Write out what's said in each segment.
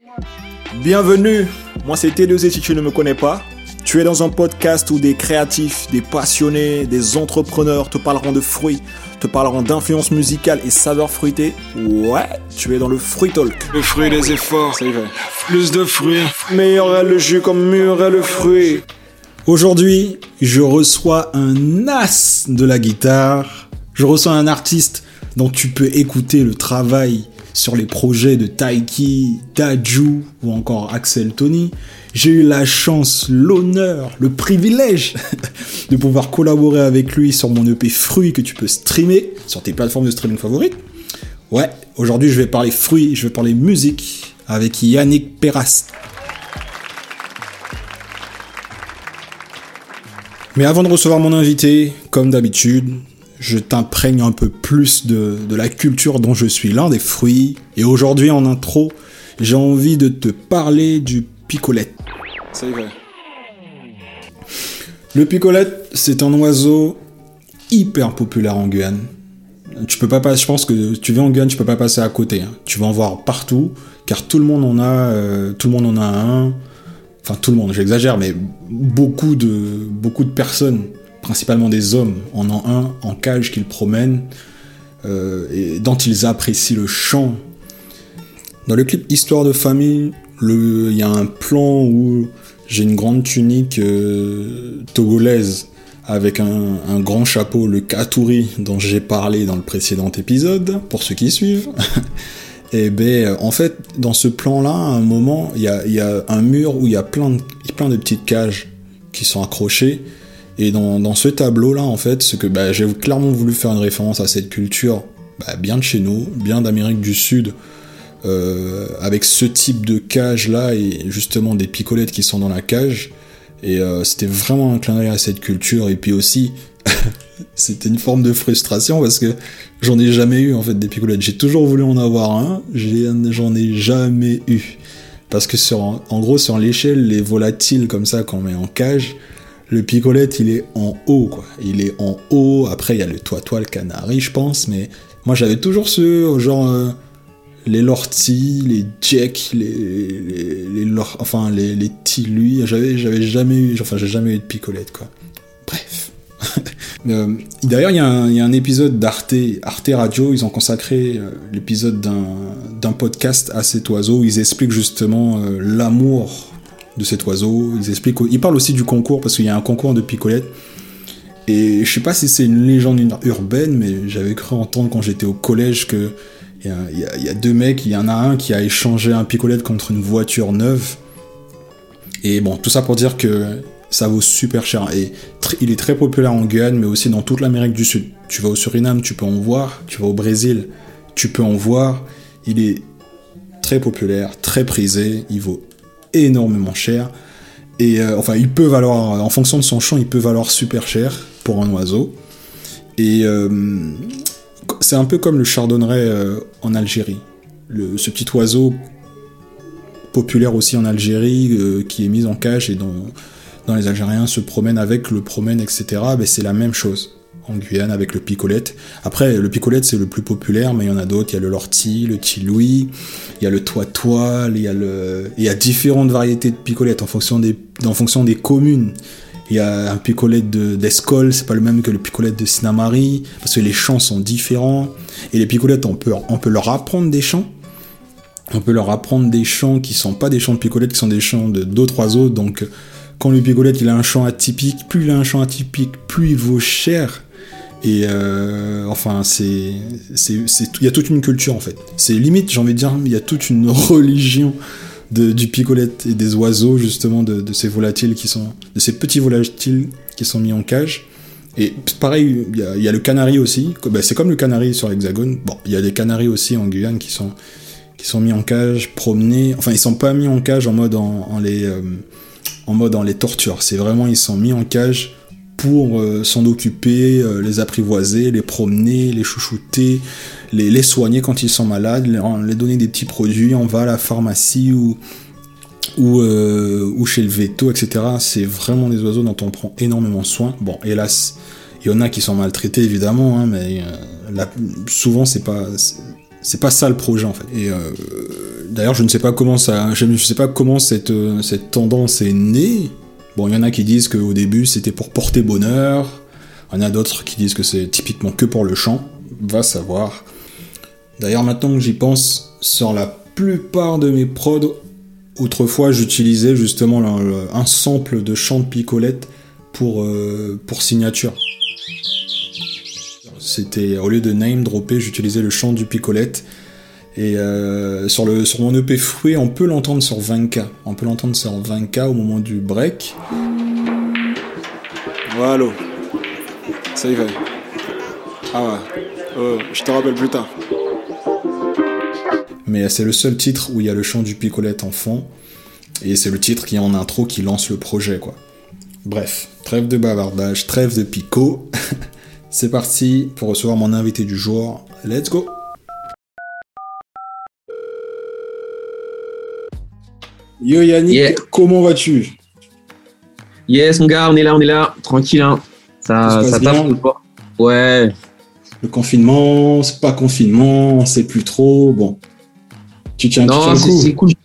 Bienvenue, moi c'est T2Z si tu ne me connais pas. Tu es dans un podcast où des créatifs, des passionnés, des entrepreneurs te parleront de fruits, te parleront d'influence musicale et saveurs fruitées. Ouais, tu es dans le Fruit Talk. Le fruit des efforts, C'est vrai. plus de fruits. Meilleur est le jus comme mûr est le fruit. Aujourd'hui, je reçois un as de la guitare. Je reçois un artiste dont tu peux écouter le travail sur les projets de Taiki, Dadju ou encore Axel Tony. J'ai eu la chance, l'honneur, le privilège de pouvoir collaborer avec lui sur mon EP Fruits que tu peux streamer sur tes plateformes de streaming favorites. Ouais, aujourd'hui je vais parler fruits, je vais parler musique avec Yannick Perras. Mais avant de recevoir mon invité, comme d'habitude, je t'imprègne un peu plus de la culture dont je suis l'un des fruits. Et aujourd'hui, en intro, j'ai envie de te parler du picolette. C'est vrai. Le picolette, c'est un oiseau hyper populaire en Guyane. Tu peux pas passer, je pense que tu vas en Guyane, tu peux pas passer à côté. Hein. Tu vas en voir partout, car tout le monde en a un. Enfin, tout le monde, j'exagère, mais beaucoup de personnes, principalement des hommes, en ont un en cage qu'ils promènent et dont ils apprécient le chant. Dans le clip Histoire de famille, il y a un plan où j'ai une grande tunique togolaise avec un grand chapeau, le katuri dont j'ai parlé dans le précédent épisode, pour ceux qui suivent. Et ben, en fait, dans ce plan-là, à un moment, il y a un mur où il y a plein de petites cages qui sont accrochées. Et dans ce tableau-là, en fait, j'ai clairement voulu faire une référence à cette culture, bien de chez nous, bien d'Amérique du Sud, avec ce type de cage-là et justement des picolettes qui sont dans la cage. Et c'était vraiment un clin d'œil à cette culture. Et puis aussi, c'était une forme de frustration parce que j'en ai jamais eu en fait des picolettes. J'ai toujours voulu en avoir un, j'en ai jamais eu. Parce que en gros, sur l'échelle, les volatiles comme ça qu'on met en cage, le picolette il est en haut quoi. Il est en haut, après il y a le toit, le canari je pense, mais moi j'avais toujours les lorties, les jacks, les tilus, j'ai jamais eu de picolette quoi. Bref. D'ailleurs, il y a un épisode d'Arte Radio, ils ont consacré l'épisode d'un podcast à cet oiseau où ils expliquent justement l'amour de cet oiseau. Ils parlent aussi du concours, parce qu'il y a un concours de picolette. Et je sais pas si c'est une légende urbaine, mais j'avais cru entendre quand j'étais au collège que il y a deux mecs, il y en a un qui a échangé un picolette contre une voiture neuve. Et bon, tout ça pour dire que ça vaut super cher. Et il est très populaire en Guyane, mais aussi dans toute l'Amérique du Sud. Tu vas au Suriname, tu peux en voir. Tu vas au Brésil, tu peux en voir. Il est très populaire, très prisé. Il vaut énormément cher. Et il peut valoir, en fonction de son chant, il peut valoir super cher pour un oiseau. Et c'est un peu comme le chardonneret en Algérie. Ce petit oiseau populaire aussi en Algérie, qui est mis en cage et dont les Algériens se promènent avec, le promènent, etc. C'est la même chose en Guyane avec le picolette. Après, le picolette, c'est le plus populaire, mais il y en a d'autres. Il y a le lortie, le tiloui, il y a le toit, il y a différentes variétés de picolettes en fonction des communes. Il y a un picolette d'Escol, c'est pas le même que le picolette de Sinamari, parce que les chants sont différents. Et les picolettes, on peut leur apprendre des chants. On peut leur apprendre des chants qui sont pas des chants de picolette, qui sont des chants d'autres oiseaux, donc quand le picolette il a un chant atypique, plus il a un chant atypique, plus il vaut cher. Et il y a toute une culture en fait. C'est limite, j'ai envie de dire, il y a toute une religion du picolette et des oiseaux justement de ces petits volatiles qui sont mis en cage. Et pareil, il y a le canari aussi. C'est comme le canari sur l'Hexagone. Bon, il y a des canaris aussi en Guyane qui sont mis en cage, promenés. Enfin, ils sont pas mis en cage en mode on les torture. C'est vraiment, ils sont mis en cage pour s'en occuper, les apprivoiser, les promener, les chouchouter, les soigner quand ils sont malades, les donner des petits produits. On va à la pharmacie ou chez le veto, etc. C'est vraiment des oiseaux dont on prend énormément soin. Bon, hélas, il y en a qui sont maltraités évidemment, hein, mais souvent c'est C'est pas ça le projet en fait. Et d'ailleurs, je ne sais pas comment cette tendance est née. Bon, il y en a qui disent qu'au début c'était pour porter bonheur. Il y en a d'autres qui disent que c'est typiquement que pour le chant. Va savoir. D'ailleurs, maintenant que j'y pense, sur la plupart de mes prods, autrefois j'utilisais justement un sample de chant de Picolette pour signature. C'était, au lieu de name dropper, j'utilisais le chant du Picolette. Et sur mon EP Fruit, on peut l'entendre sur 20K. On peut l'entendre sur 20K au moment du break. Voilà. Ça y va. Ah ouais. Je te rappelle plus tard. Mais c'est le seul titre où il y a le chant du Picolette en fond. Et c'est le titre qui est en intro qui lance le projet, quoi. Bref, trêve de bavardage, trêve de pico. C'est parti pour recevoir mon invité du jour. Let's go! Yo Yannick, Comment vas-tu? Yes mon gars, on est là, tranquille hein. Ça tape pas. Ouais. Le confinement, c'est pas confinement, on sait plus trop. Bon. Tu tiens le coup. C'est cool.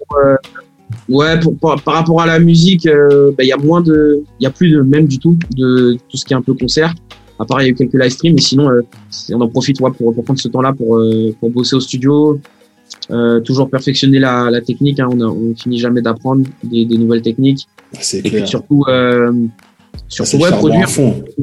Par rapport à la musique, il y a plus de même du tout de tout ce qui est un peu concert. À part il y a eu quelques live streams, mais sinon on en profite pour prendre ce temps-là pour bosser au studio. Toujours perfectionner la technique, hein. On finit jamais d'apprendre des nouvelles techniques. C'est et clair. puis surtout produire,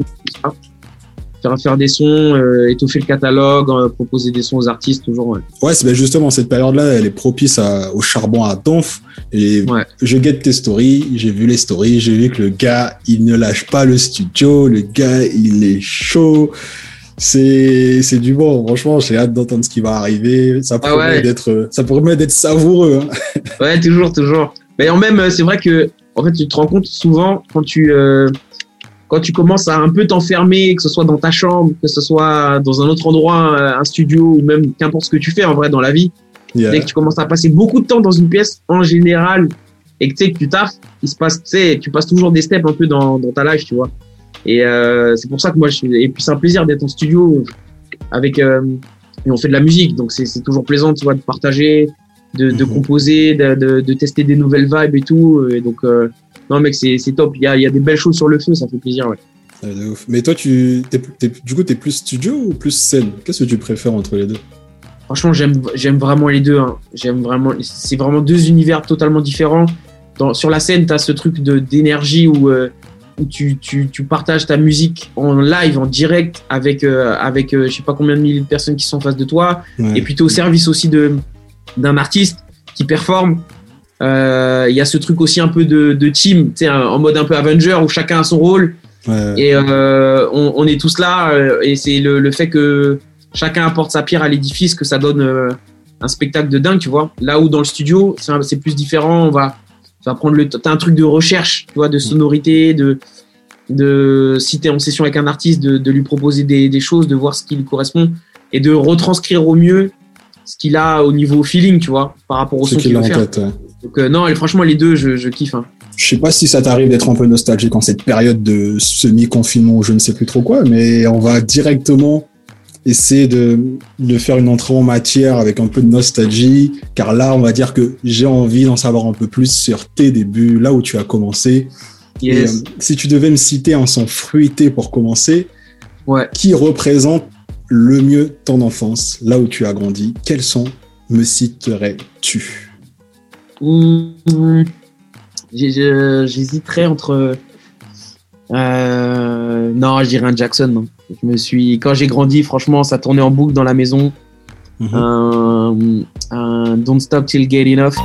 faire des sons, étoffer le catalogue, proposer des sons aux artistes toujours. Ouais, c'est justement cette période-là, elle est propice au charbon à donf. Et je guette tes stories, j'ai vu les stories, j'ai vu que le gars il ne lâche pas le studio, le gars il est chaud. C'est du bon, franchement, j'ai hâte d'entendre ce qui va arriver. Ça promet d'être savoureux. Hein. Ouais, toujours. Mais en même, c'est vrai que, en fait, tu te rends compte souvent quand tu commences à un peu t'enfermer, que ce soit dans ta chambre, que ce soit dans un autre endroit, un studio ou même qu'importe ce que tu fais en vrai dans la vie, dès que tu commences à passer beaucoup de temps dans une pièce en général et que tu sais que tu taffes, tu passes toujours des steps un peu dans ta life, tu vois. Et c'est pour ça que et puis c'est un plaisir d'être en studio avec et on fait de la musique, donc c'est toujours plaisant, tu vois, de partager, de composer, de tester des nouvelles vibes et tout. Et donc non mec, c'est top. Il y a des belles choses sur le feu, ça fait plaisir, ouais. De ouf. Mais toi, du coup, t'es plus studio ou plus scène? Qu'est-ce que tu préfères entre les deux? Franchement, j'aime vraiment les deux. Hein. C'est vraiment deux univers totalement différents. Sur la scène, t'as ce truc d'énergie où tu partages ta musique en live, en direct, avec je sais pas combien de milliers de personnes qui sont en face de toi. Ouais. Et puis t'es au service aussi d'un artiste qui performe. Il y a ce truc aussi un peu de team, tu sais, en mode un peu Avenger où chacun a son rôle. Ouais. Et on est tous là, et c'est le fait que chacun apporte sa pierre à l'édifice que ça donne un spectacle de dingue, tu vois. Là où dans le studio, c'est plus différent. Tu vas prendre t'as un truc de recherche, tu vois, de sonorité, si t'es en session avec un artiste, de lui proposer des choses, de voir ce qui lui correspond et de retranscrire au mieux ce qu'il a au niveau feeling, tu vois, par rapport au son qu'il veut faire. Tête, ouais. Donc non, franchement, les deux, je kiffe. Hein. Je sais pas si ça t'arrive d'être un peu nostalgique en cette période de semi-confinement ou je ne sais plus trop quoi, mais on va directement essayer de faire une entrée en matière avec un peu de nostalgie, car là, on va dire que j'ai envie d'en savoir un peu plus sur tes débuts, là où tu as commencé. Yes. Et, si tu devais me citer un son fruité pour commencer, qui représente le mieux ton enfance, là où tu as grandi, quel son me citerais-tu? J'hésiterais entre... non, je dirais un Jackson. Non. Quand j'ai grandi, franchement, ça tournait en boucle dans la maison. Un Don't Stop Till Get Enough.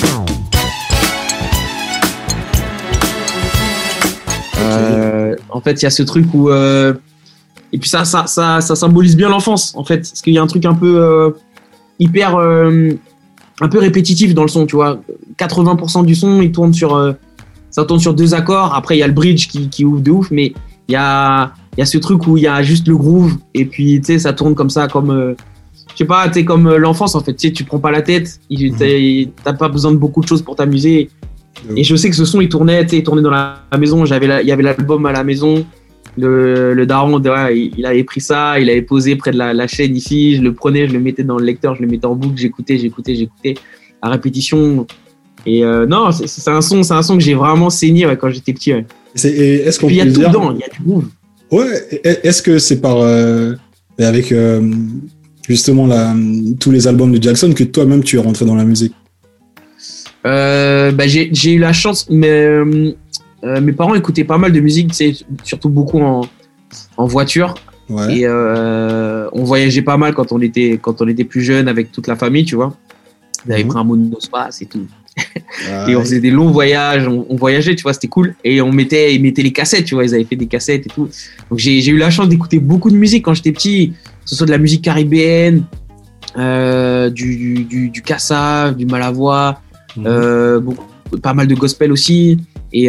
En fait, il y a ce truc où... et puis ça symbolise bien l'enfance, en fait. Parce qu'il y a un truc un peu hyper... un peu répétitif dans le son, tu vois. 80% du son, ça tourne sur 2 accords. Après, il y a le bridge qui ouvre de ouf, mais il y a ce truc où il y a juste le groove. Et puis, tu sais, ça tourne comme ça, comme... je sais pas, tu sais, comme l'enfance, en fait. Tu sais, tu prends pas la tête. T'as pas besoin de beaucoup de choses pour t'amuser. Et je sais que ce son, il tournait dans la maison. Il y avait l'album à la maison. Le daron, il avait pris ça, il avait posé près de la chaîne ici, je le prenais, je le mettais dans le lecteur, je le mettais en boucle, j'écoutais à répétition. Et non, c'est un son que j'ai vraiment saigné quand j'étais petit. Ouais. Est-ce qu'on peut dire... Il y a tout dire... dedans, il y a du groove. Ouais, est-ce que c'est par... avec justement tous les albums de Jackson que toi-même tu es rentré dans la musique? J'ai eu la chance, mais mes parents écoutaient pas mal de musique, tu sais, surtout beaucoup en voiture. Ouais. Et on voyageait pas mal quand on était plus jeune avec toute la famille, tu vois. Ils avaient pris un monospace et tout. Et on faisait des longs voyages, on voyageait, tu vois, c'était cool. Et ils mettaient les cassettes, tu vois, ils avaient fait des cassettes et tout. Donc j'ai eu la chance d'écouter beaucoup de musique quand j'étais petit, que ce soit de la musique caribéenne, du Kassav, du Malavoie, pas mal de gospel aussi, et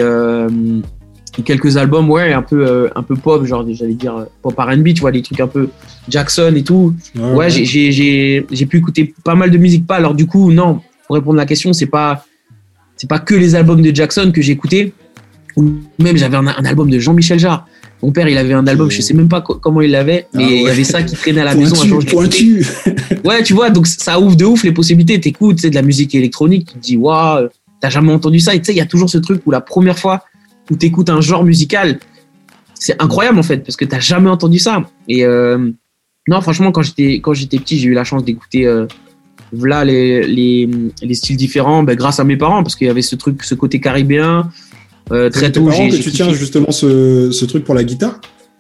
quelques albums, ouais, un peu pop, genre j'allais dire pop R&B, tu vois, des trucs un peu Jackson et tout. Ouais. J'ai pu écouter pas mal de musique, pas. Alors du coup, non. Pour répondre à la question, c'est pas que les albums de Jackson que j'ai écoutés, ou même j'avais un album de Jean-Michel Jarre. Mon père, il avait un album, je sais même pas comment il l'avait, mais il y avait ça qui traînait à la maison. Pointu. Ouais, tu vois, donc ça ouvre de ouf les possibilités. T'écoutes, tu sais, de la musique électronique, tu te dis, waouh, t'as jamais entendu ça. Et tu sais, il y a toujours ce truc où la première fois où t'écoutes un genre musical, c'est incroyable en fait, parce que t'as jamais entendu ça. Et non, franchement, quand j'étais petit, j'ai eu la chance d'écouter voilà les styles différents, grâce à mes parents, parce qu'il y avait ce côté caribéen. Très tôt, tu tiens justement ce truc pour la guitare.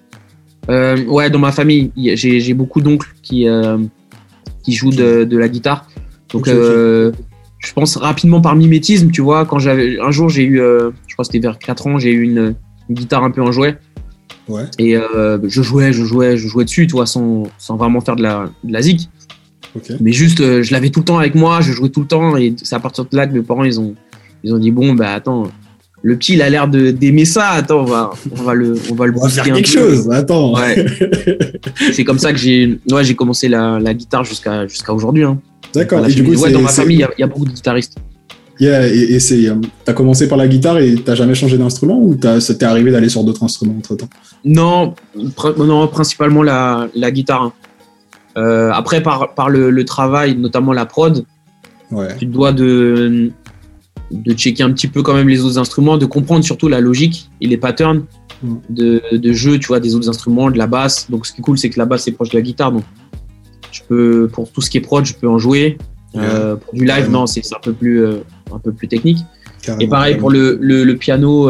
Ouais, dans ma famille, j'ai beaucoup d'oncles qui jouent de la guitare. Donc, je pense rapidement par mimétisme, tu vois. Quand un jour, j'ai eu, je crois que c'était vers 4 ans, j'ai eu une guitare un peu en jouet. Ouais. Et je jouais dessus, tu vois, sans vraiment faire de la zik. Okay. Mais juste, je l'avais tout le temps avec moi, je jouais tout le temps, et c'est à partir de là que mes parents ils ont dit bon, attends, le petit il a l'air d'aimer ça, attends, on va le faire quelque chose, attends. Ouais. C'est comme ça que j'ai commencé la guitare jusqu'à aujourd'hui. Hein. D'accord. Et du coup, dans ma famille, il y a beaucoup de guitaristes. Yeah, et t'as commencé par la guitare et t'as jamais changé d'instrument, ou ça t'est arrivé d'aller sur d'autres instruments entre-temps? Non, principalement la guitare. Hein. Après, par le travail, notamment la prod, ouais. Tu te dois de checker un petit peu quand même les autres instruments, de comprendre surtout la logique et les patterns de jeu, tu vois, des autres instruments, de la basse. Donc, ce qui est cool, c'est que la basse, c'est proche de la guitare. Donc, pour tout ce qui est prod, je peux en jouer. Pour du live, non, c'est un peu plus technique. Et pareil pour le piano,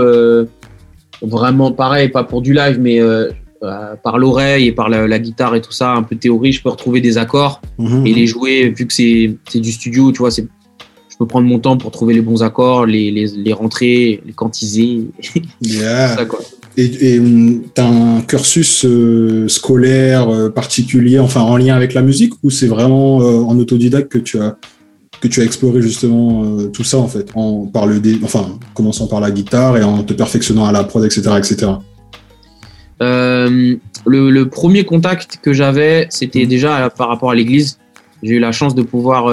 vraiment pareil, pas pour du live, mais par l'oreille et par la guitare et tout ça, un peu théorie, je peux retrouver des accords et les jouer, vu que c'est du studio, tu vois, je peux prendre mon temps pour trouver les bons accords, les rentrer, les quantiser. Yeah. Ça, quoi. Et t'as un cursus scolaire particulier, enfin en lien avec la musique, ou c'est vraiment en autodidacte que tu as exploré justement tout ça en fait, commençant par la guitare et en te perfectionnant à la prod, etc., etc. Le premier contact que j'avais, c'était déjà par rapport à l'église. J'ai eu la chance de pouvoir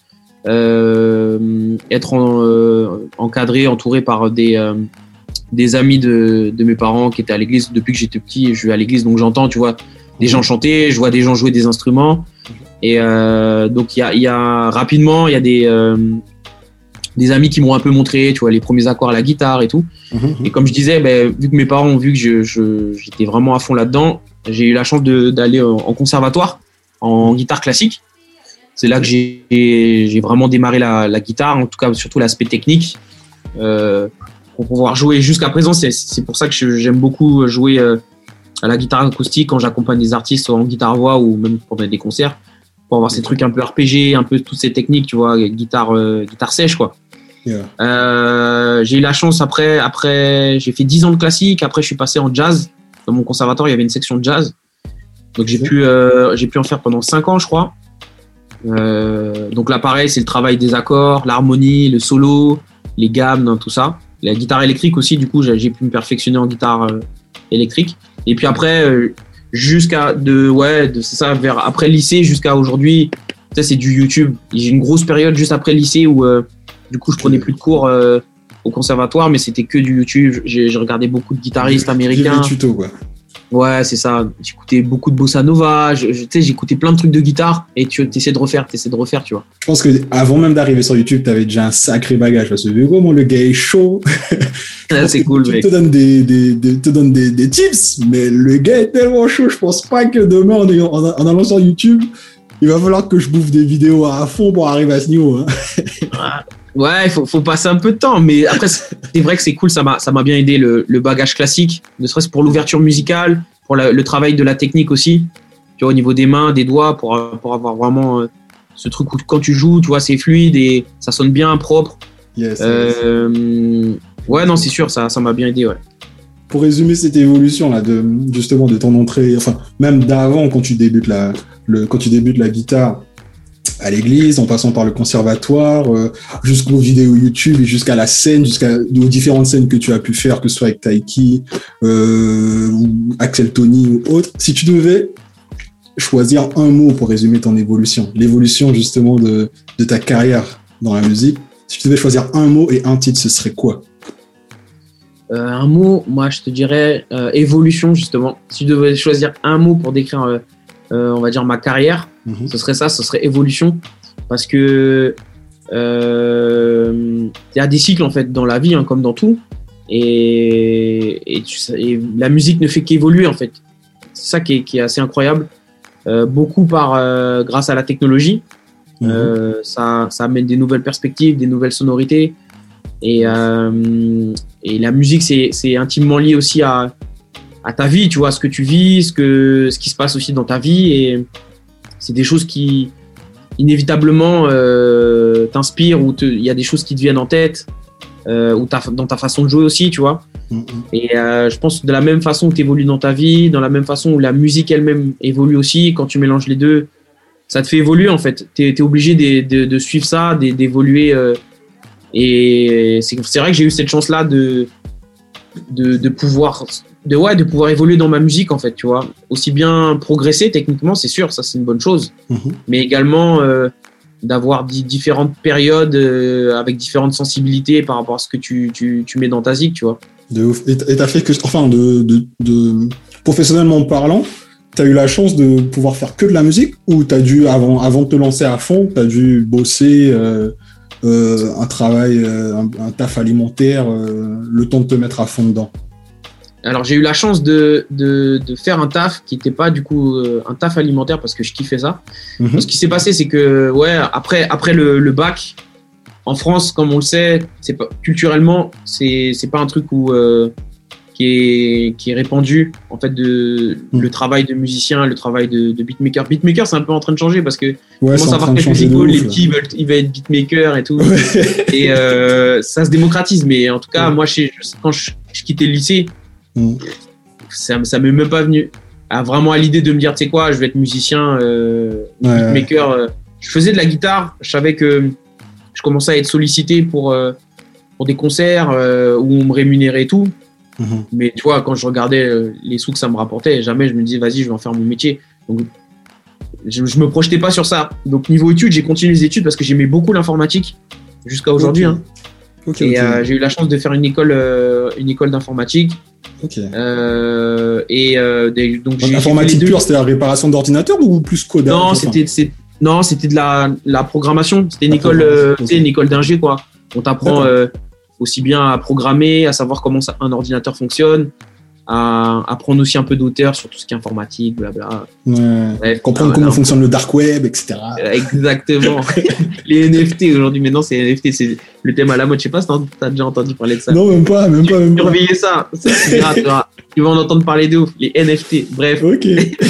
être encadré, entouré par des amis de mes parents qui étaient à l'église. Depuis que j'étais petit, je vais à l'église, donc j'entends, tu vois, des gens chanter, je vois des gens jouer des instruments. Et donc il y a rapidement, il y a des amis qui m'ont un peu montré, tu vois, les premiers accords à la guitare et tout. Et comme je disais, vu que mes parents ont vu que j'étais vraiment à fond là-dedans, j'ai eu la chance d'aller en conservatoire en guitare classique. C'est là que j'ai vraiment démarré la guitare, en tout cas surtout l'aspect technique, pour pouvoir jouer. Jusqu'à présent, c'est pour ça que j'aime beaucoup jouer à la guitare acoustique quand j'accompagne des artistes en guitare-voix ou même pendant des concerts, pour avoir ces trucs un peu RPG, un peu toutes ces techniques, tu vois, guitare sèche, quoi. Yeah. J'ai eu la chance après j'ai fait 10 ans de classique, après je suis passé en jazz. Dans mon conservatoire, il y avait une section de jazz. Donc j'ai pu en faire pendant 5 ans, je crois. Donc là, pareil, c'est le travail des accords, l'harmonie, le solo, les gammes, tout ça. La guitare électrique aussi, du coup, j'ai pu me perfectionner en guitare électrique. Et puis après, c'est ça, vers après le lycée jusqu'à aujourd'hui, ça c'est du YouTube. J'ai une grosse période juste après le lycée où du coup je prenais plus de cours au conservatoire, mais c'était que du YouTube. J'ai regardé beaucoup de guitaristes américains. Des tutos, quoi. Ouais, c'est ça. J'écoutais beaucoup de bossa nova. Tu sais, j'écoutais plein de trucs de guitare et tu essaies de refaire, tu vois. Je pense que avant même d'arriver sur YouTube, tu avais déjà un sacré bagage. Parce que Hugo, le gars est chaud. C'est cool, mec. te donne des tips, mais le gars est tellement chaud. Je pense pas que demain, en allant sur YouTube, il va falloir que je bouffe des vidéos à fond pour arriver à ce niveau. Hein. Ouais, il faut passer un peu de temps, mais après, c'est vrai que c'est cool, ça m'a bien aidé le bagage classique, ne serait-ce pour l'ouverture musicale, pour le travail de la technique aussi, tu vois, au niveau des mains, des doigts, pour avoir vraiment ce truc où quand tu joues, tu vois, c'est fluide et ça sonne bien, propre. Yes. Ouais, non, c'est sûr, ça m'a bien aidé, ouais. Pour résumer cette évolution là, justement de ton entrée, enfin même d'avant quand tu débutes la guitare à l'église, en passant par le conservatoire, jusqu'aux vidéos YouTube et jusqu'à la scène, aux différentes scènes que tu as pu faire, que ce soit avec Taiki, ou Axel Tony ou autre. Si tu devais choisir un mot pour résumer ton évolution, l'évolution justement de ta carrière dans la musique, si tu devais choisir un mot et un titre, ce serait quoi? Un mot, moi je te dirais évolution justement. Si je devais choisir un mot pour décrire, on va dire ma carrière, ce serait évolution, parce que il y a des cycles en fait dans la vie, hein, comme dans tout, et la musique ne fait qu'évoluer en fait. C'est ça qui est assez incroyable. Beaucoup grâce à la technologie, ça amène des nouvelles perspectives, des nouvelles sonorités, et la musique c'est intimement lié aussi à ta vie, tu vois, ce que tu vis, ce qui se passe aussi dans ta vie, et c'est des choses qui inévitablement t'inspirent, ou il y a des choses qui te viennent en tête, ou dans ta façon de jouer aussi, tu vois. Et je pense que de la même façon que tu évolues dans ta vie, dans la même façon où la musique elle-même évolue aussi, quand tu mélanges les deux, ça te fait évoluer en fait. T'es obligé de suivre ça, d'évoluer, et c'est vrai que j'ai eu cette chance-là de pouvoir évoluer dans ma musique en fait, tu vois, aussi bien progresser techniquement, c'est sûr, ça c'est une bonne chose, mais également d'avoir différentes périodes avec différentes sensibilités par rapport à ce que tu mets dans ta zik, tu vois. De ouf. Et t'as fait que, enfin, de professionnellement parlant, t'as eu la chance de pouvoir faire que de la musique, ou t'as dû, avant de te lancer à fond, t'as dû bosser un travail, un taf alimentaire, le temps de te mettre à fond dedans? Alors, j'ai eu la chance de faire un taf qui n'était pas du coup un taf alimentaire, parce que je kiffais ça. Ce qui s'est passé, c'est que après le bac, en France, comme on le sait, culturellement, c'est pas un truc qui est répandu en fait, le travail de musicien, le travail de beatmaker. Beatmaker, c'est un peu en train de changer, parce que commence à avoir quelques écoles, les petits ils veulent être beatmaker et tout, et ça se démocratise. Mais en tout cas, moi, quand je quittais le lycée, ça m'est même pas venu vraiment à l'idée de me dire, tu sais quoi, je vais être musicien, beatmaker. Je faisais de la guitare, je savais que je commençais à être sollicité pour des concerts où on me rémunérait et tout. Mais tu vois, quand je regardais les sous que ça me rapportait, jamais je me disais, vas-y, je vais en faire mon métier. Donc, je me projetais pas sur ça. Donc, niveau études, j'ai continué les études parce que j'aimais beaucoup l'informatique jusqu'à aujourd'hui. J'ai eu la chance de faire une école d'informatique. Donc, informatique pure, c'était la réparation d'ordinateur ou plus codage? Non, c'était de la programmation. C'était une école d'ingé, quoi. On t'apprend aussi bien à programmer, à savoir comment un ordinateur fonctionne, à apprendre aussi un peu d'auteur sur tout ce qui est informatique, blabla. Bref, comprendre comment fonctionne le dark web, etc. Exactement. Les NFT aujourd'hui, maintenant c'est NFT, c'est le thème à la mode. Je sais pas si t'as déjà entendu parler de ça. Non, même pas. Surveillez ça. C'est grave, tu vas en entendre parler de ouf. Les NFT. Bref. Ok.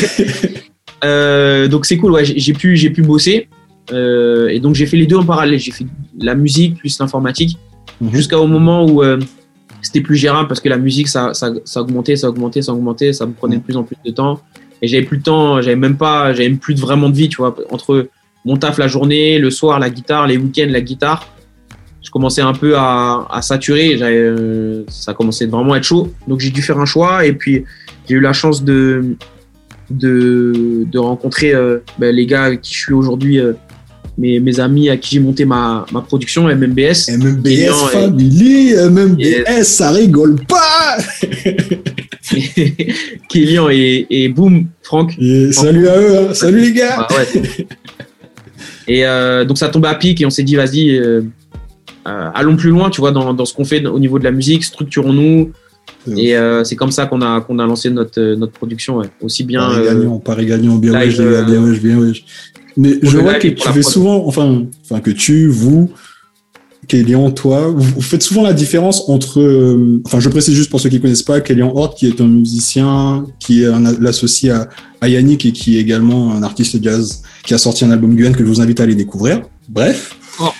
Donc c'est cool. Ouais, j'ai pu bosser. Et donc j'ai fait les deux en parallèle. J'ai fait la musique plus l'informatique, jusqu'au moment où c'était plus gérable, parce que la musique ça augmentait, ça me prenait de plus en plus de temps, et j'avais plus de temps, j'avais même plus vraiment de vie, tu vois, entre mon taf la journée, le soir la guitare, les week-ends la guitare, je commençais un peu à saturer, ça commençait vraiment à être chaud, donc j'ai dû faire un choix, et puis j'ai eu la chance de rencontrer les gars avec qui je suis aujourd'hui, mes amis à qui j'ai monté ma production, MMBS. MMBS Family, MMBS, yes. Ça rigole pas. Kélian et Boom, Franck. Et salut à eux, hein. Salut les gars. Ouais. Et donc ça tombait à pic et on s'est dit vas-y, allons plus loin, tu vois, dans ce qu'on fait au niveau de la musique, structurons-nous. Et c'est comme ça qu'on a lancé notre production, ouais. Aussi bien Paris gagnant, bien live, bien wesh. Mais je vois que tu fais souvent, enfin que vous, Kélian, toi, vous faites souvent la différence entre, je précise juste pour ceux qui connaissent pas, Kélian Hort, qui est un musicien, qui est l'associé à Yannick et qui est également un artiste jazz qui a sorti un album Guyane que je vous invite à aller découvrir. Bref.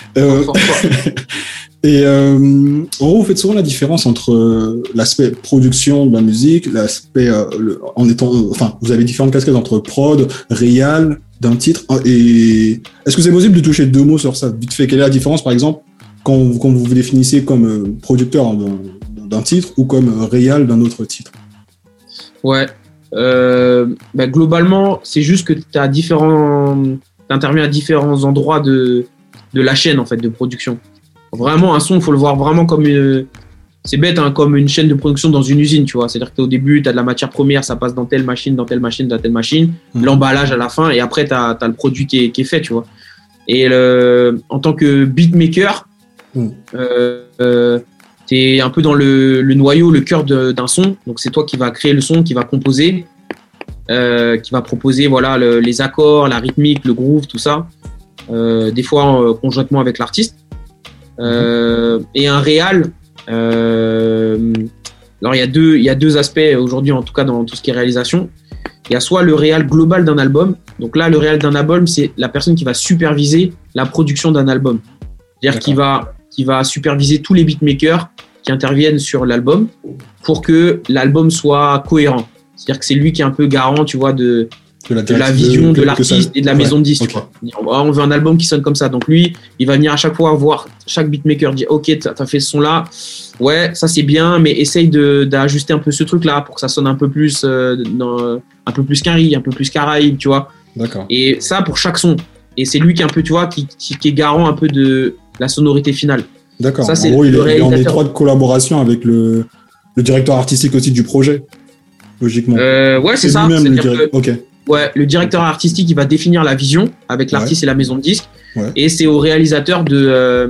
Et en gros, vous faites souvent la différence entre l'aspect production de la musique, l'aspect vous avez différentes casquettes entre prod, réal d'un titre. Et est-ce que c'est possible de toucher 2 mots sur ça vite fait? Quelle est la différence, par exemple, quand vous vous définissez comme producteur d'un titre ou comme réal d'un autre titre? Ouais. Globalement, c'est juste que t'interviens à différents endroits de la chaîne, en fait, de production. Vraiment, un son, il faut le voir vraiment comme c'est bête, hein, comme une chaîne de production dans une usine, tu vois. C'est-à-dire qu'au début, tu as de la matière première, ça passe dans telle machine, l'emballage à la fin, et après, tu as le produit qui est fait, tu vois. Et en tant que beatmaker, tu es un peu dans le noyau, le cœur d'un son. Donc, c'est toi qui vas créer le son, qui va composer, qui va proposer voilà, les accords, la rythmique, le groove, tout ça. Des fois, conjointement avec l'artiste. Et un réal, alors il y a deux aspects aujourd'hui, en tout cas dans tout ce qui est réalisation. Il y a soit le réal global d'un album. Donc là, le réal d'un album, c'est la personne qui va superviser la production d'un album. C'est-à-dire qui va superviser tous les beatmakers qui interviennent sur l'album pour que l'album soit cohérent. C'est-à-dire que c'est lui qui est un peu garant, tu vois, de la vision de l'artiste et de la maison de disques. Okay. On veut un album qui sonne comme ça. Donc lui, il va venir à chaque fois voir chaque beatmaker, dire ok, t'as fait ce son-là, ouais, ça c'est bien, mais essaye d'ajuster un peu ce truc-là pour que ça sonne un peu plus Quinry, un peu plus Caraïbe, tu vois. D'accord. Et ça pour chaque son. Et c'est lui qui est un peu, tu vois, qui est garant un peu de la sonorité finale. D'accord. Ça, c'est en gros, il est en étroite collaboration avec le directeur artistique aussi du projet, logiquement. Ouais, c'est ça. Ok. Ouais, le directeur artistique, il va définir la vision avec l'artiste et la maison de disque. Ouais. Et c'est au réalisateur de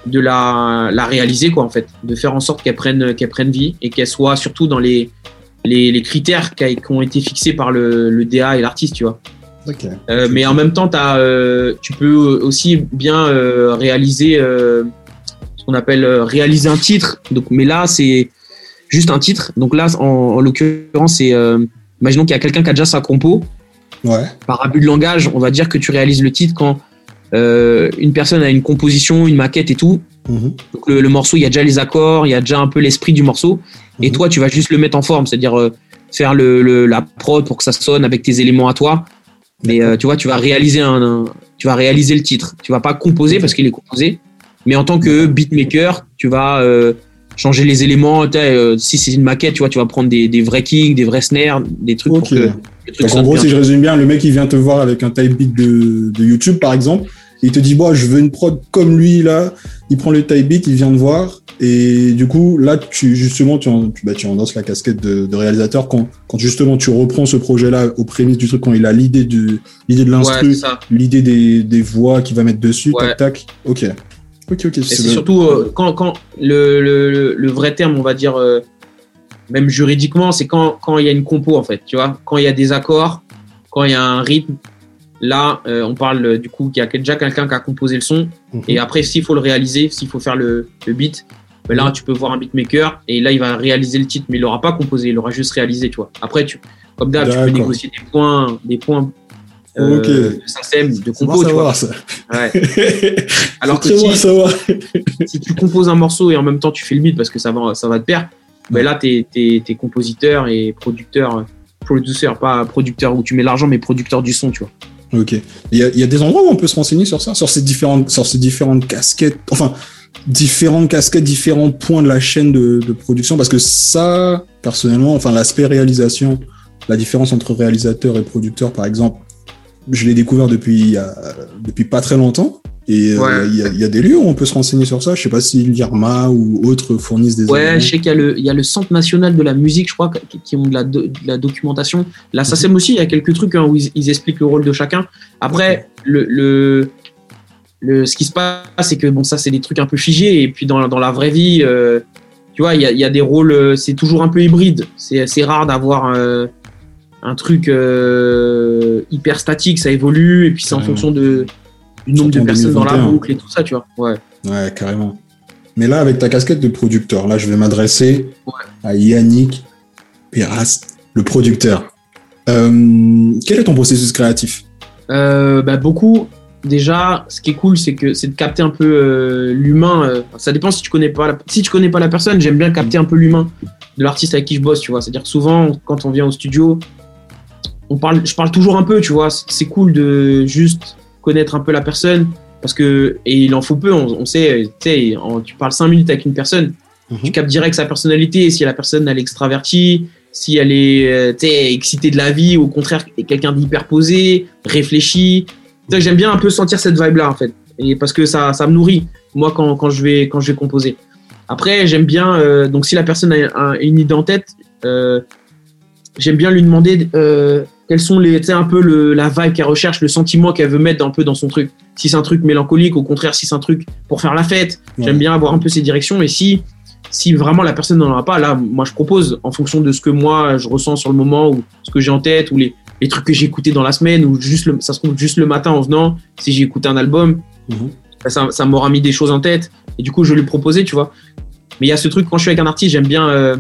la réaliser, quoi, en fait. De faire en sorte qu'elle prenne vie et qu'elle soit surtout dans les critères qui ont été fixés par le DA et l'artiste, tu vois. Okay. Mais en même temps, tu peux aussi bien réaliser ce qu'on appelle réaliser un titre. Donc, mais là, c'est juste un titre. Donc là, en l'occurrence, c'est imaginons qu'il y a quelqu'un qui a déjà sa compo. Ouais. Par abus de langage, on va dire que tu réalises le titre quand une personne a une composition, une maquette et tout. Donc le morceau, il y a déjà les accords, il y a déjà un peu l'esprit du morceau. Et toi, tu vas juste le mettre en forme, c'est-à-dire faire la prod pour que ça sonne avec tes éléments à toi. Mais tu vois, tu vas réaliser le titre. Tu vas pas composer parce qu'il est composé. Mais en tant que beatmaker, tu vas changer les éléments. Si c'est une maquette, tu vois, tu vas prendre des vrais kicks, des vrais snares, des trucs pour que le truc donc en gros, bien. Si je résume bien, le mec il vient te voir avec un type beat de YouTube par exemple, et il te dit je veux une prod comme lui là. Il prend le type beat, il vient te voir, et du coup là tu endosses la casquette de réalisateur quand justement tu reprends ce projet là aux prémices du truc, quand il a l'idée de l'instru, l'idée des voix qu'il va mettre dessus, tac. Ok. C'est surtout quand le vrai terme, on va dire, même juridiquement, c'est quand il y a une compo, en fait, tu vois, quand il y a des accords, quand il y a un rythme. Là, on parle du coup qu'il y a déjà quelqu'un qui a composé le son. Et après, s'il faut le réaliser, s'il faut faire le beat, là, tu peux voir un beatmaker et là, il va réaliser le titre, mais il l'aura pas composé, il l'aura juste réalisé, tu vois. Après, comme d'hab, tu peux négocier des points. De SACEM, de compo, tu vois. Ça. Ouais. Alors que si tu composes un morceau et en même temps tu fais le beat parce que ça va de pair, là t'es compositeur et producteur, pas producteur où tu mets l'argent, mais producteur du son, tu vois. Ok. Il y a des endroits où on peut se renseigner sur ça, sur ces différentes casquettes, différents points de la chaîne de production, parce que ça, personnellement, l'aspect réalisation, la différence entre réalisateur et producteur, par exemple, je l'ai découvert depuis pas très longtemps. Et Ouais. il y a des lieux où on peut se renseigner sur ça. Je sais pas si l'IRMA ou autres fournissent des Ouais, éléments. je sais qu'il y a le Centre national de la musique, je crois, qui ont de la documentation. La SACEM aussi, il y a quelques trucs où ils expliquent le rôle de chacun. Après, ce qui se passe, c'est que bon, ça, c'est des trucs un peu figés. Et puis dans la vraie vie, tu vois, il y a des rôles, c'est toujours un peu hybride. C'est rare d'avoir un truc hyper statique, ça évolue. Et puis c'est en fonction du nombre de Surtout en personnes dans la 2021. boucle et tout ça, tu vois. Ouais. Ouais, carrément. Mais là, avec ta casquette de producteur, là, je vais m'adresser à Yannick Perras, le producteur. Quel est ton processus créatif? Beaucoup. Déjà, ce qui est cool, c'est de capter un peu l'humain. Ça dépend si tu connais pas la personne. J'aime bien capter un peu l'humain de l'artiste avec qui je bosse, tu vois. C'est-à-dire que souvent, quand on vient au studio, je parle toujours un peu, tu vois. C'est cool de juste connaître un peu la personne et il en faut peu. On sait, tu sais, tu parles 5 minutes avec une personne, tu captes direct sa personnalité. Si la personne elle est extravertie, si elle est excitée de la vie, ou au contraire quelqu'un d'hyper posé, réfléchi. J'aime bien un peu sentir cette vibe là en fait, et parce que ça me nourrit moi quand je vais composer. Après j'aime bien donc si la personne a une idée en tête, j'aime bien lui demander quels sont un peu la vibe qu'elle recherche, le sentiment qu'elle veut mettre un peu dans son truc. Si c'est un truc mélancolique, au contraire si c'est un truc pour faire la fête, j'aime bien avoir un peu ces directions. Et si vraiment la personne n'en a pas, là moi je propose en fonction de ce que moi je ressens sur le moment, ou ce que j'ai en tête, ou les trucs que j'ai écoutés dans la semaine, ou ça se trouve juste le matin en venant, si j'ai écouté un album, ça m'aura mis des choses en tête, et du coup je vais lui proposer, tu vois. Mais il y a ce truc, quand je suis avec un artiste, j'aime bien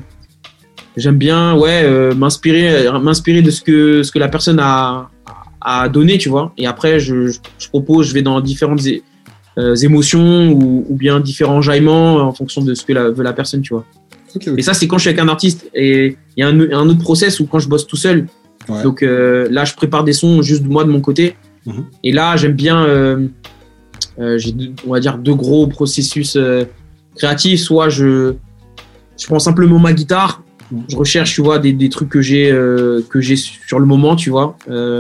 m'inspirer de ce que la personne a donné, tu vois. Et après je propose, je vais dans différentes émotions, ou bien différents jaillements en fonction de ce que veut la personne, tu vois. Okay. Et ça c'est quand je suis avec un artiste. Et il y a un autre process où quand je bosse tout seul. Ouais. Donc là, je prépare des sons juste moi de mon côté. Et là, j'aime bien, j'ai on va dire 2 gros processus créatifs. Soit je prends simplement ma guitare, je recherche, tu vois, des trucs que j'ai sur le moment, tu vois.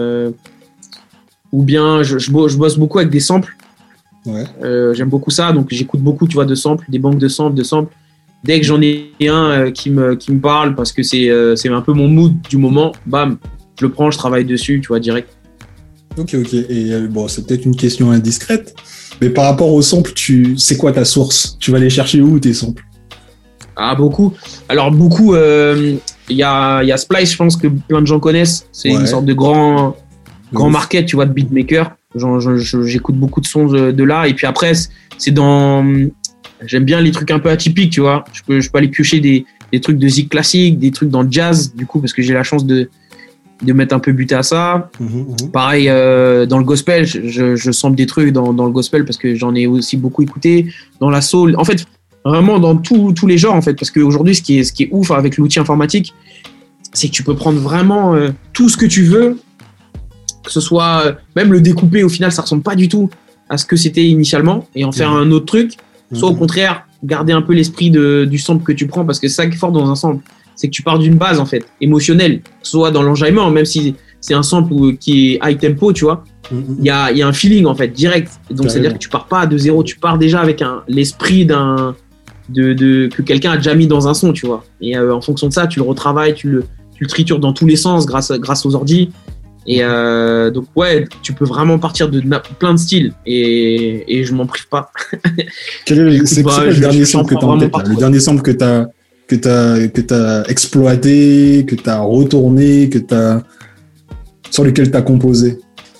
Ou bien je bosse beaucoup avec des samples. Ouais. J'aime beaucoup ça, donc j'écoute beaucoup, tu vois, de samples, des banques de samples. Dès que j'en ai un qui me parle, parce que c'est un peu mon mood du moment, bam, je le prends, je travaille dessus, tu vois, direct. Ok. Et bon, c'est peut-être une question indiscrète, mais par rapport aux samples, c'est quoi ta source? Tu vas les chercher où, tes samples? Ah, beaucoup. Alors, beaucoup, il y a Splice, je pense que plein de gens connaissent. C'est une sorte de grand market, tu vois, de beatmaker. J'écoute beaucoup de sons de là. Et puis après, j'aime bien les trucs un peu atypiques, tu vois. Je peux aller piocher des trucs de zik classique, des trucs dans le jazz, du coup, parce que j'ai la chance de mettre un peu buté à ça. Pareil, dans le gospel, je sample des trucs dans le gospel, parce que j'en ai aussi beaucoup écouté. Dans la soul, en fait, vraiment dans tous les genres, en fait, parce qu'aujourd'hui, ce qui est ouf avec l'outil informatique, c'est que tu peux prendre vraiment tout ce que tu veux, que ce soit même le découper, au final, ça ressemble pas du tout à ce que c'était initialement, et en faire un autre truc. Soit au contraire, garder un peu l'esprit du sample que tu prends, parce que c'est ça qui est fort dans un sample, c'est que tu pars d'une base en fait, émotionnelle, soit dans l'enjaillement, même si c'est un sample qui est high tempo, tu vois, il y a un feeling en fait, direct. Donc c'est-à-dire que tu pars pas de zéro, tu pars déjà avec l'esprit que quelqu'un a déjà mis dans un son, tu vois. Et en fonction de ça, tu le retravailles, tu le tritures dans tous les sens grâce aux ordis. Et donc ouais, tu peux vraiment partir de plein de styles, et je m'en prive pas. C'est quoi le dernier sample que t'as en tête, le dernier sample que t'as exploité, que t'as retourné, sur lequel t'as composé?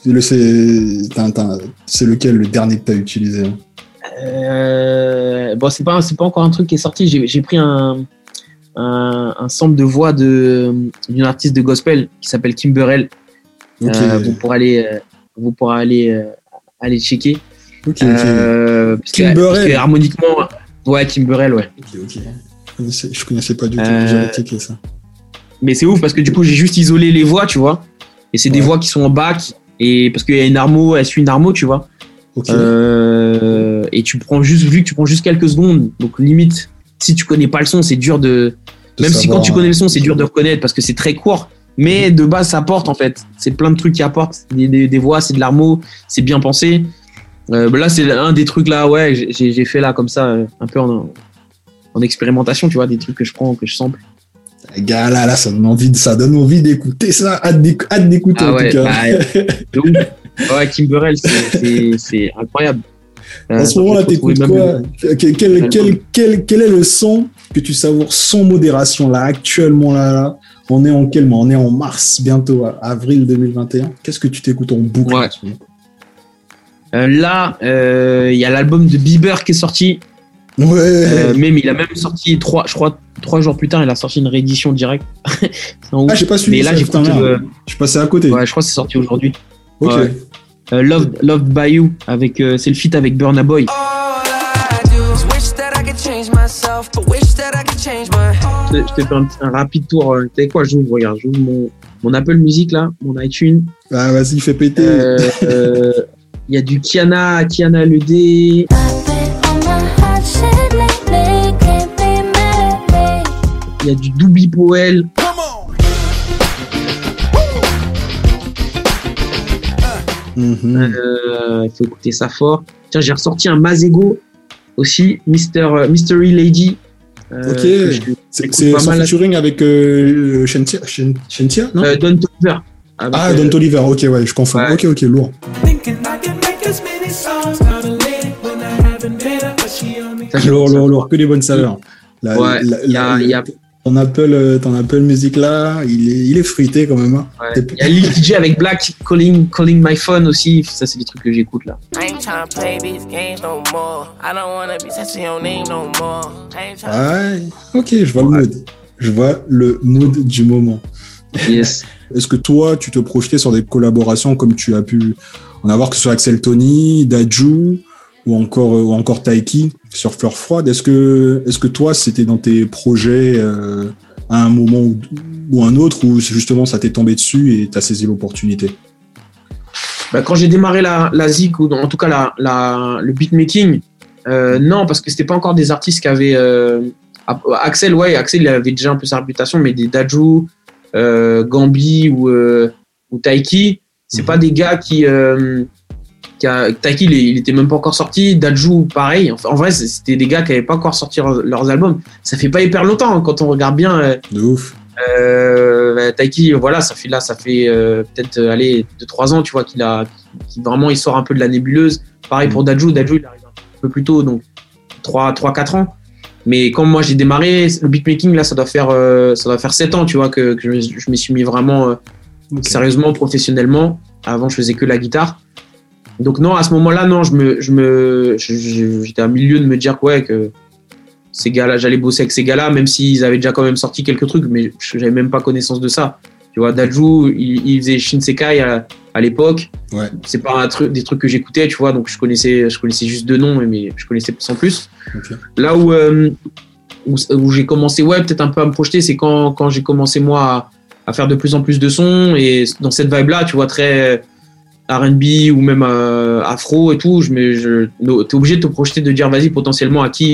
C'est lequel, le dernier que t'as utilisé? Bon, c'est pas encore un truc qui est sorti. J'ai pris un sample de voix d'une artiste de gospel qui s'appelle Kimberell. Vous pourrez aller checker. Ok. Parce que harmoniquement, ouais, Kimberell, ouais. Ok. Je connaissais pas du tout. J'avais checké ça. Mais c'est ouf parce que du coup, j'ai juste isolé les voix, tu vois. Et c'est des voix qui sont en back, et parce qu'il y a une armo, elle suit une armo, tu vois. Okay. Et vu que tu prends juste quelques secondes, donc limite, si tu connais pas le son, c'est dur même savoir, si quand tu connais le son, c'est dur de reconnaître parce que c'est très court. Mais de base, ça apporte en fait. C'est plein de trucs qui apportent. Des voix, c'est de l'armo, c'est bien pensé. Là, c'est un des trucs là, ouais, j'ai fait là comme ça, un peu en expérimentation, tu vois, des trucs que je prends, que je sample. Gars, là, ça donne envie d'écouter ça, hâte d'écouter en tout cas. Ouais, Kimberell, c'est incroyable. En ce moment là, t'écoutes quoi? Quel est le son que tu savoures sans modération là, actuellement là? On est en quel mois? On est en mars bientôt, avril 2021. Qu'est-ce que tu t'écoutes en boucle? Ouais. Là, il y a l'album de Bieber qui est sorti. Ouais. Même il a même sorti 3 jours plus tard, il a sorti une réédition directe. J'ai pas suivi. Mais là, j'écoute. Je suis passé à côté. Ouais, je crois que c'est sorti aujourd'hui. Ok. Ouais. Loved by You avec c'est le feat avec Burna Boy. Je te fais un rapide tour. Tu sais quoi, j'ouvre mon Apple Music là, mon iTunes. Ah vas-y, fais péter. Il y a du Kiana le D. Il y a du Doobie Powell. Il faut écouter ça fort. Tiens, j'ai ressorti un Mazego aussi, Mystery Lady. Ok. C'est son featuring avec Shentia, non? Don Toliver. Don Toliver, ok, ouais, je confonds. Ouais. Ok, lourd. Lourd, que des bonnes saveurs. Ton Apple Music là, il est fruité quand même. Hein. Ouais. Il y a Lil DJ avec Black, Calling My Phone aussi. Ça, c'est des trucs que j'écoute là. Ouais, ok, je vois le mood. Je vois le mood du moment. Yes. Est-ce que toi, tu te projetais sur des collaborations comme tu as pu en avoir que sur Axel Tony, Dadju ou encore Taiki sur Fleur Froide? Est-ce que toi, c'était dans tes projets à un moment ou un autre où justement ça t'est tombé dessus et t'as saisi l'opportunité? Quand j'ai démarré la zik ou en tout cas le beatmaking, non, parce que c'était pas encore des artistes qui avaient Axel, il avait déjà un peu sa réputation, mais des Dadju, Gambi ou Taiki, c'est pas des gars qui Taiki, il était même pas encore sorti. Dadju, pareil. En vrai, c'était des gars qui avaient pas encore sorti leurs albums. Ça fait pas hyper longtemps, hein, quand on regarde bien. De ouf. Taiki, voilà, ça fait peut-être 2-3 ans, tu vois, qu'il vraiment il sort un peu de la nébuleuse. Pareil pour Dadju, il arrive un peu plus tôt, donc 3-4 ans. Mais quand moi j'ai démarré le beatmaking, là, ça doit faire 7 ans, tu vois, que je me suis mis vraiment sérieusement, professionnellement. Avant, je faisais que la guitare. Donc non, à ce moment-là, non, j'étais à milieu de me dire que ces gars-là, j'allais bosser avec ces gars-là, même s'ils avaient déjà quand même sorti quelques trucs, mais j'avais même pas connaissance de ça. Tu vois, Dadju, il faisait Shinsekai à l'époque. Ouais. C'est pas des trucs que j'écoutais, tu vois, donc je connaissais juste deux noms, mais je connaissais sans plus. Okay. Là où j'ai commencé, peut-être un peu à me projeter, c'est quand j'ai commencé moi à faire de plus en plus de sons, et dans cette vibe-là, tu vois, très R&B ou même afro et tout, t'es obligé de te projeter, de dire vas-y, potentiellement avec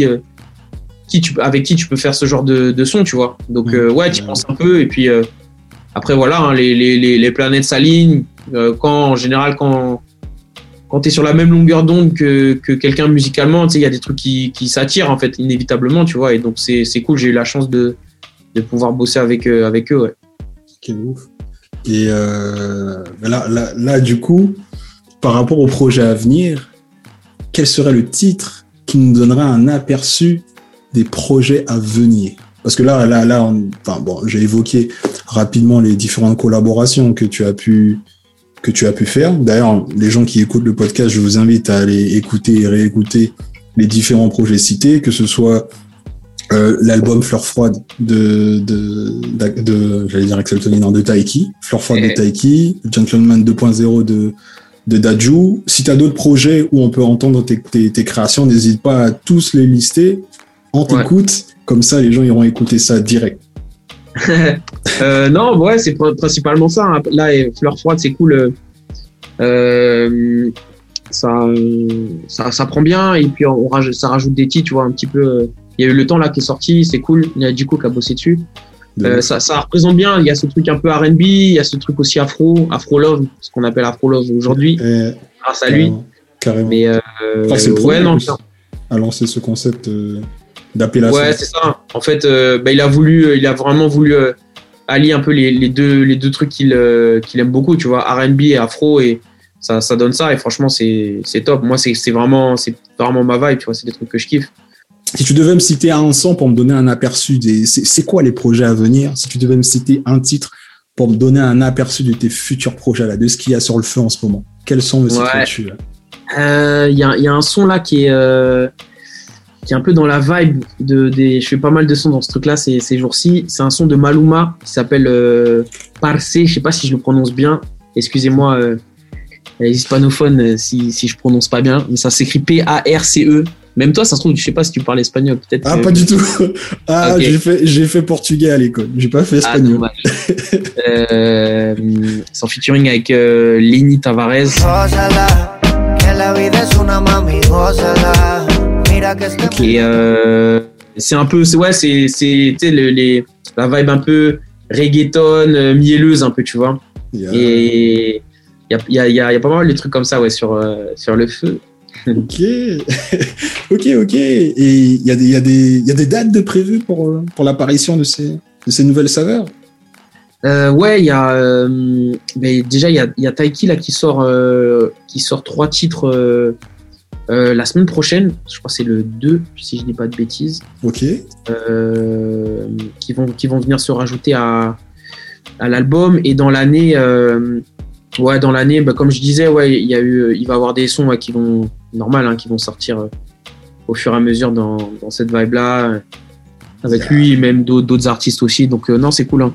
qui tu peux faire ce genre de son, tu vois. Donc tu penses un peu, et puis après voilà, hein, les planètes s'alignent. En général, quand t'es sur la même longueur d'onde que quelqu'un musicalement, tu sais, il y a des trucs qui s'attirent en fait inévitablement, tu vois. Et donc c'est cool, j'ai eu la chance de pouvoir bosser avec eux, ouais. Quel ouf. Et là, du coup, par rapport au projet à venir, quel serait le titre qui nous donnerait un aperçu des projets à venir? Parce que là, j'ai évoqué rapidement les différentes collaborations que tu as pu faire. D'ailleurs, les gens qui écoutent le podcast, je vous invite à aller écouter et réécouter les différents projets cités, que ce soit l'album Fleur Froide de j'allais dire Axel Tony, non, de Taiki, Fleur Froide de Taiki, Gentleman 2.0 de Dadju. Si tu as d'autres projets où on peut entendre tes créations, n'hésite pas à tous les lister. On t'écoute, comme ça les gens iront écouter ça direct. Non, ouais, c'est principalement ça. Hein. Là, Fleur Froide, c'est cool. Ça prend bien, et puis ça rajoute des titres, tu vois, un petit peu. Il y a eu Le Temps là qui est sorti, c'est cool. Il y a Diko qui a bossé dessus. Ça représente bien. Il y a ce truc un peu R&B, il y a ce truc aussi Afro Love, ce qu'on appelle Afro Love aujourd'hui, grâce à lui. Carrément. Mais C'est le premier ouais, non, à lancer ce concept d'appellation. ouais, c'est ça. En fait, il a vraiment voulu allier un peu les deux trucs qu'il aime beaucoup, tu vois, R&B et afro, et ça donne ça. Et franchement, c'est top. Moi, c'est vraiment ma vibe, tu vois. C'est des trucs que je kiffe. Si tu devais me citer un son pour me donner un aperçu c'est quoi les projets à venir? Si tu devais me citer un titre pour me donner un aperçu de tes futurs projets là, de ce qu'il y a sur le feu en ce moment, quel son me citerais-tu là? Il y a un son là qui est un peu dans la vibe je fais pas mal de sons dans ce truc là ces jours-ci. C'est un son de Maluma qui s'appelle Parce, je sais pas si je le prononce bien, excusez-moi les hispanophones si je prononce pas bien, mais ça s'écrit P-A-R-C-E. Même toi, ça se trouve, je sais pas si tu parles espagnol, peut-être. Ah, pas du tout. Ah, okay. j'ai fait portugais à l'école. J'ai pas fait espagnol. C'est en featuring avec Lenny Tavares. Okay. Et c'est un peu, c'est la vibe un peu reggaeton, mielleuse un peu, tu vois. Yeah. Et il y a pas mal de trucs comme ça, ouais, sur le feu. Ok. Et il y a des dates de prévues pour l'apparition de ces nouvelles saveurs? Ouais, il y a déjà il y a Taiki là qui sort 3 titres la semaine prochaine. Je crois que c'est le 2 si je dis pas de bêtises. Ok. Qui vont venir se rajouter à l'album. Et dans l'année comme je disais, ouais, il va y avoir des sons qui vont qui vont sortir au fur et à mesure dans cette vibe là, avec lui et même d'autres artistes aussi. Donc non, c'est cool.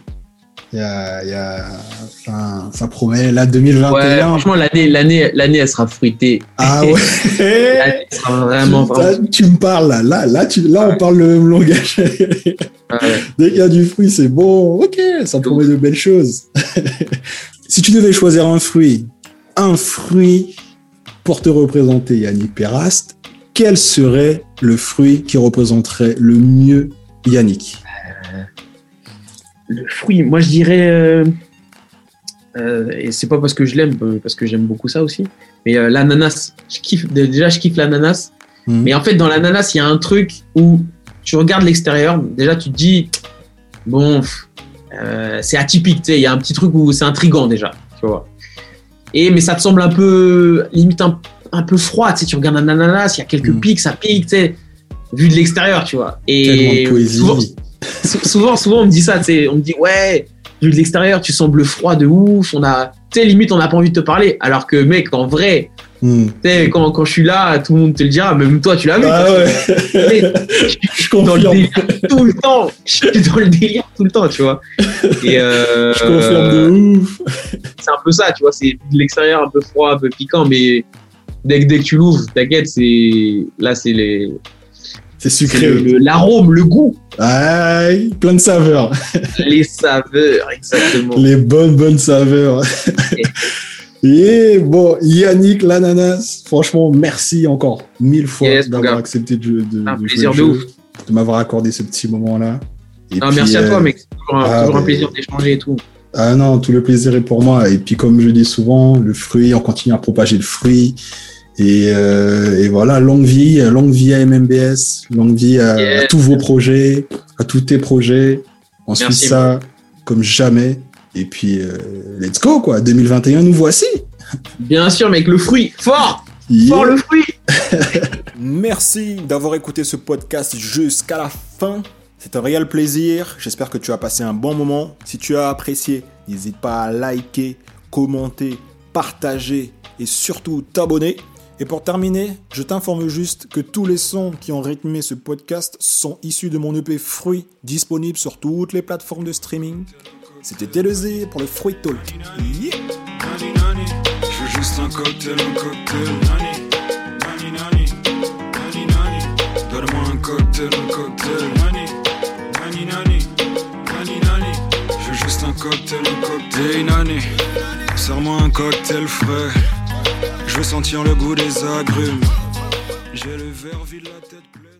Ça promet là 2021. Ouais, franchement l'année elle sera fruitée. Ah ouais. L'année sera vraiment. Tu me parles là on parle le même langage. Dès qu'il y a du fruit, c'est bon. Ok, ça promet de belles choses. Si tu devais choisir un fruit pour te représenter, Yannick Perrast, quel serait le fruit qui représenterait le mieux Yannick? Le fruit, moi je dirais, et c'est pas parce que je l'aime, parce que j'aime beaucoup ça aussi, mais l'ananas. Je kiffe l'ananas. Mais en fait, dans l'ananas, il y a un truc où tu regardes l'extérieur, déjà tu te dis, bon, c'est atypique, tu sais, il y a un petit truc où c'est intriguant déjà, tu vois. Mais ça te semble un peu, limite un peu froid, tu sais, tu regardes un ananas, il y a quelques pics, ça pique, tu sais, vu de l'extérieur, tu vois. Et tellement de poésie. Souvent, on me dit ça, tu sais, on me dit, ouais, vu de l'extérieur, tu sembles froid de ouf, tu sais, limite, on n'a pas envie de te parler. Alors que, mec, en vrai, tu sais, quand je suis là, tout le monde te le dira, même toi, tu l'as vu. Ah ouais. Je confirme. Dans le délire tout le temps. Je suis dans le délire tout le temps, tu vois. Et je confirme de ouf. C'est un peu ça, tu vois, c'est de l'extérieur un peu froid, un peu piquant, mais dès que tu l'ouvres, t'inquiète, c'est sucré. L'arôme, le goût. Ah, plein de saveurs. Les saveurs, exactement. Les bonnes saveurs. Et bon, Yannick l'ananas, franchement, merci encore 1000 fois d'avoir accepté de plaisir jouer de ouf. De m'avoir accordé ce petit moment-là. Merci à toi, mec. C'est toujours un plaisir d'échanger et tout. Ah non, tout le plaisir est pour moi. Et puis, comme je dis souvent, le fruit, on continue à propager le fruit. Et voilà, longue vie à MMBS, longue vie à tous vos projets, à tous tes projets. On suit ça comme jamais. Et puis, let's go, quoi. 2021, nous voici. Bien sûr, mec, le fruit, fort. Yeah. Fort le fruit. Merci d'avoir écouté ce podcast jusqu'à la fin. C'est un réel plaisir. J'espère que tu as passé un bon moment. Si tu as apprécié, n'hésite pas à liker, commenter, partager et surtout t'abonner. Et pour terminer, je t'informe juste que tous les sons qui ont rythmé ce podcast sont issus de mon EP Fruit, disponible sur toutes les plateformes de streaming. C'était TLZ pour le Fruit Talk. Yeah. Je veux juste un cocktail. Donne-moi un cocktail. Je veux juste un cocktail. Hey Nani, serre-moi un cocktail frais. Je veux sentir le goût des agrumes. J'ai le verre vide, la tête pleine.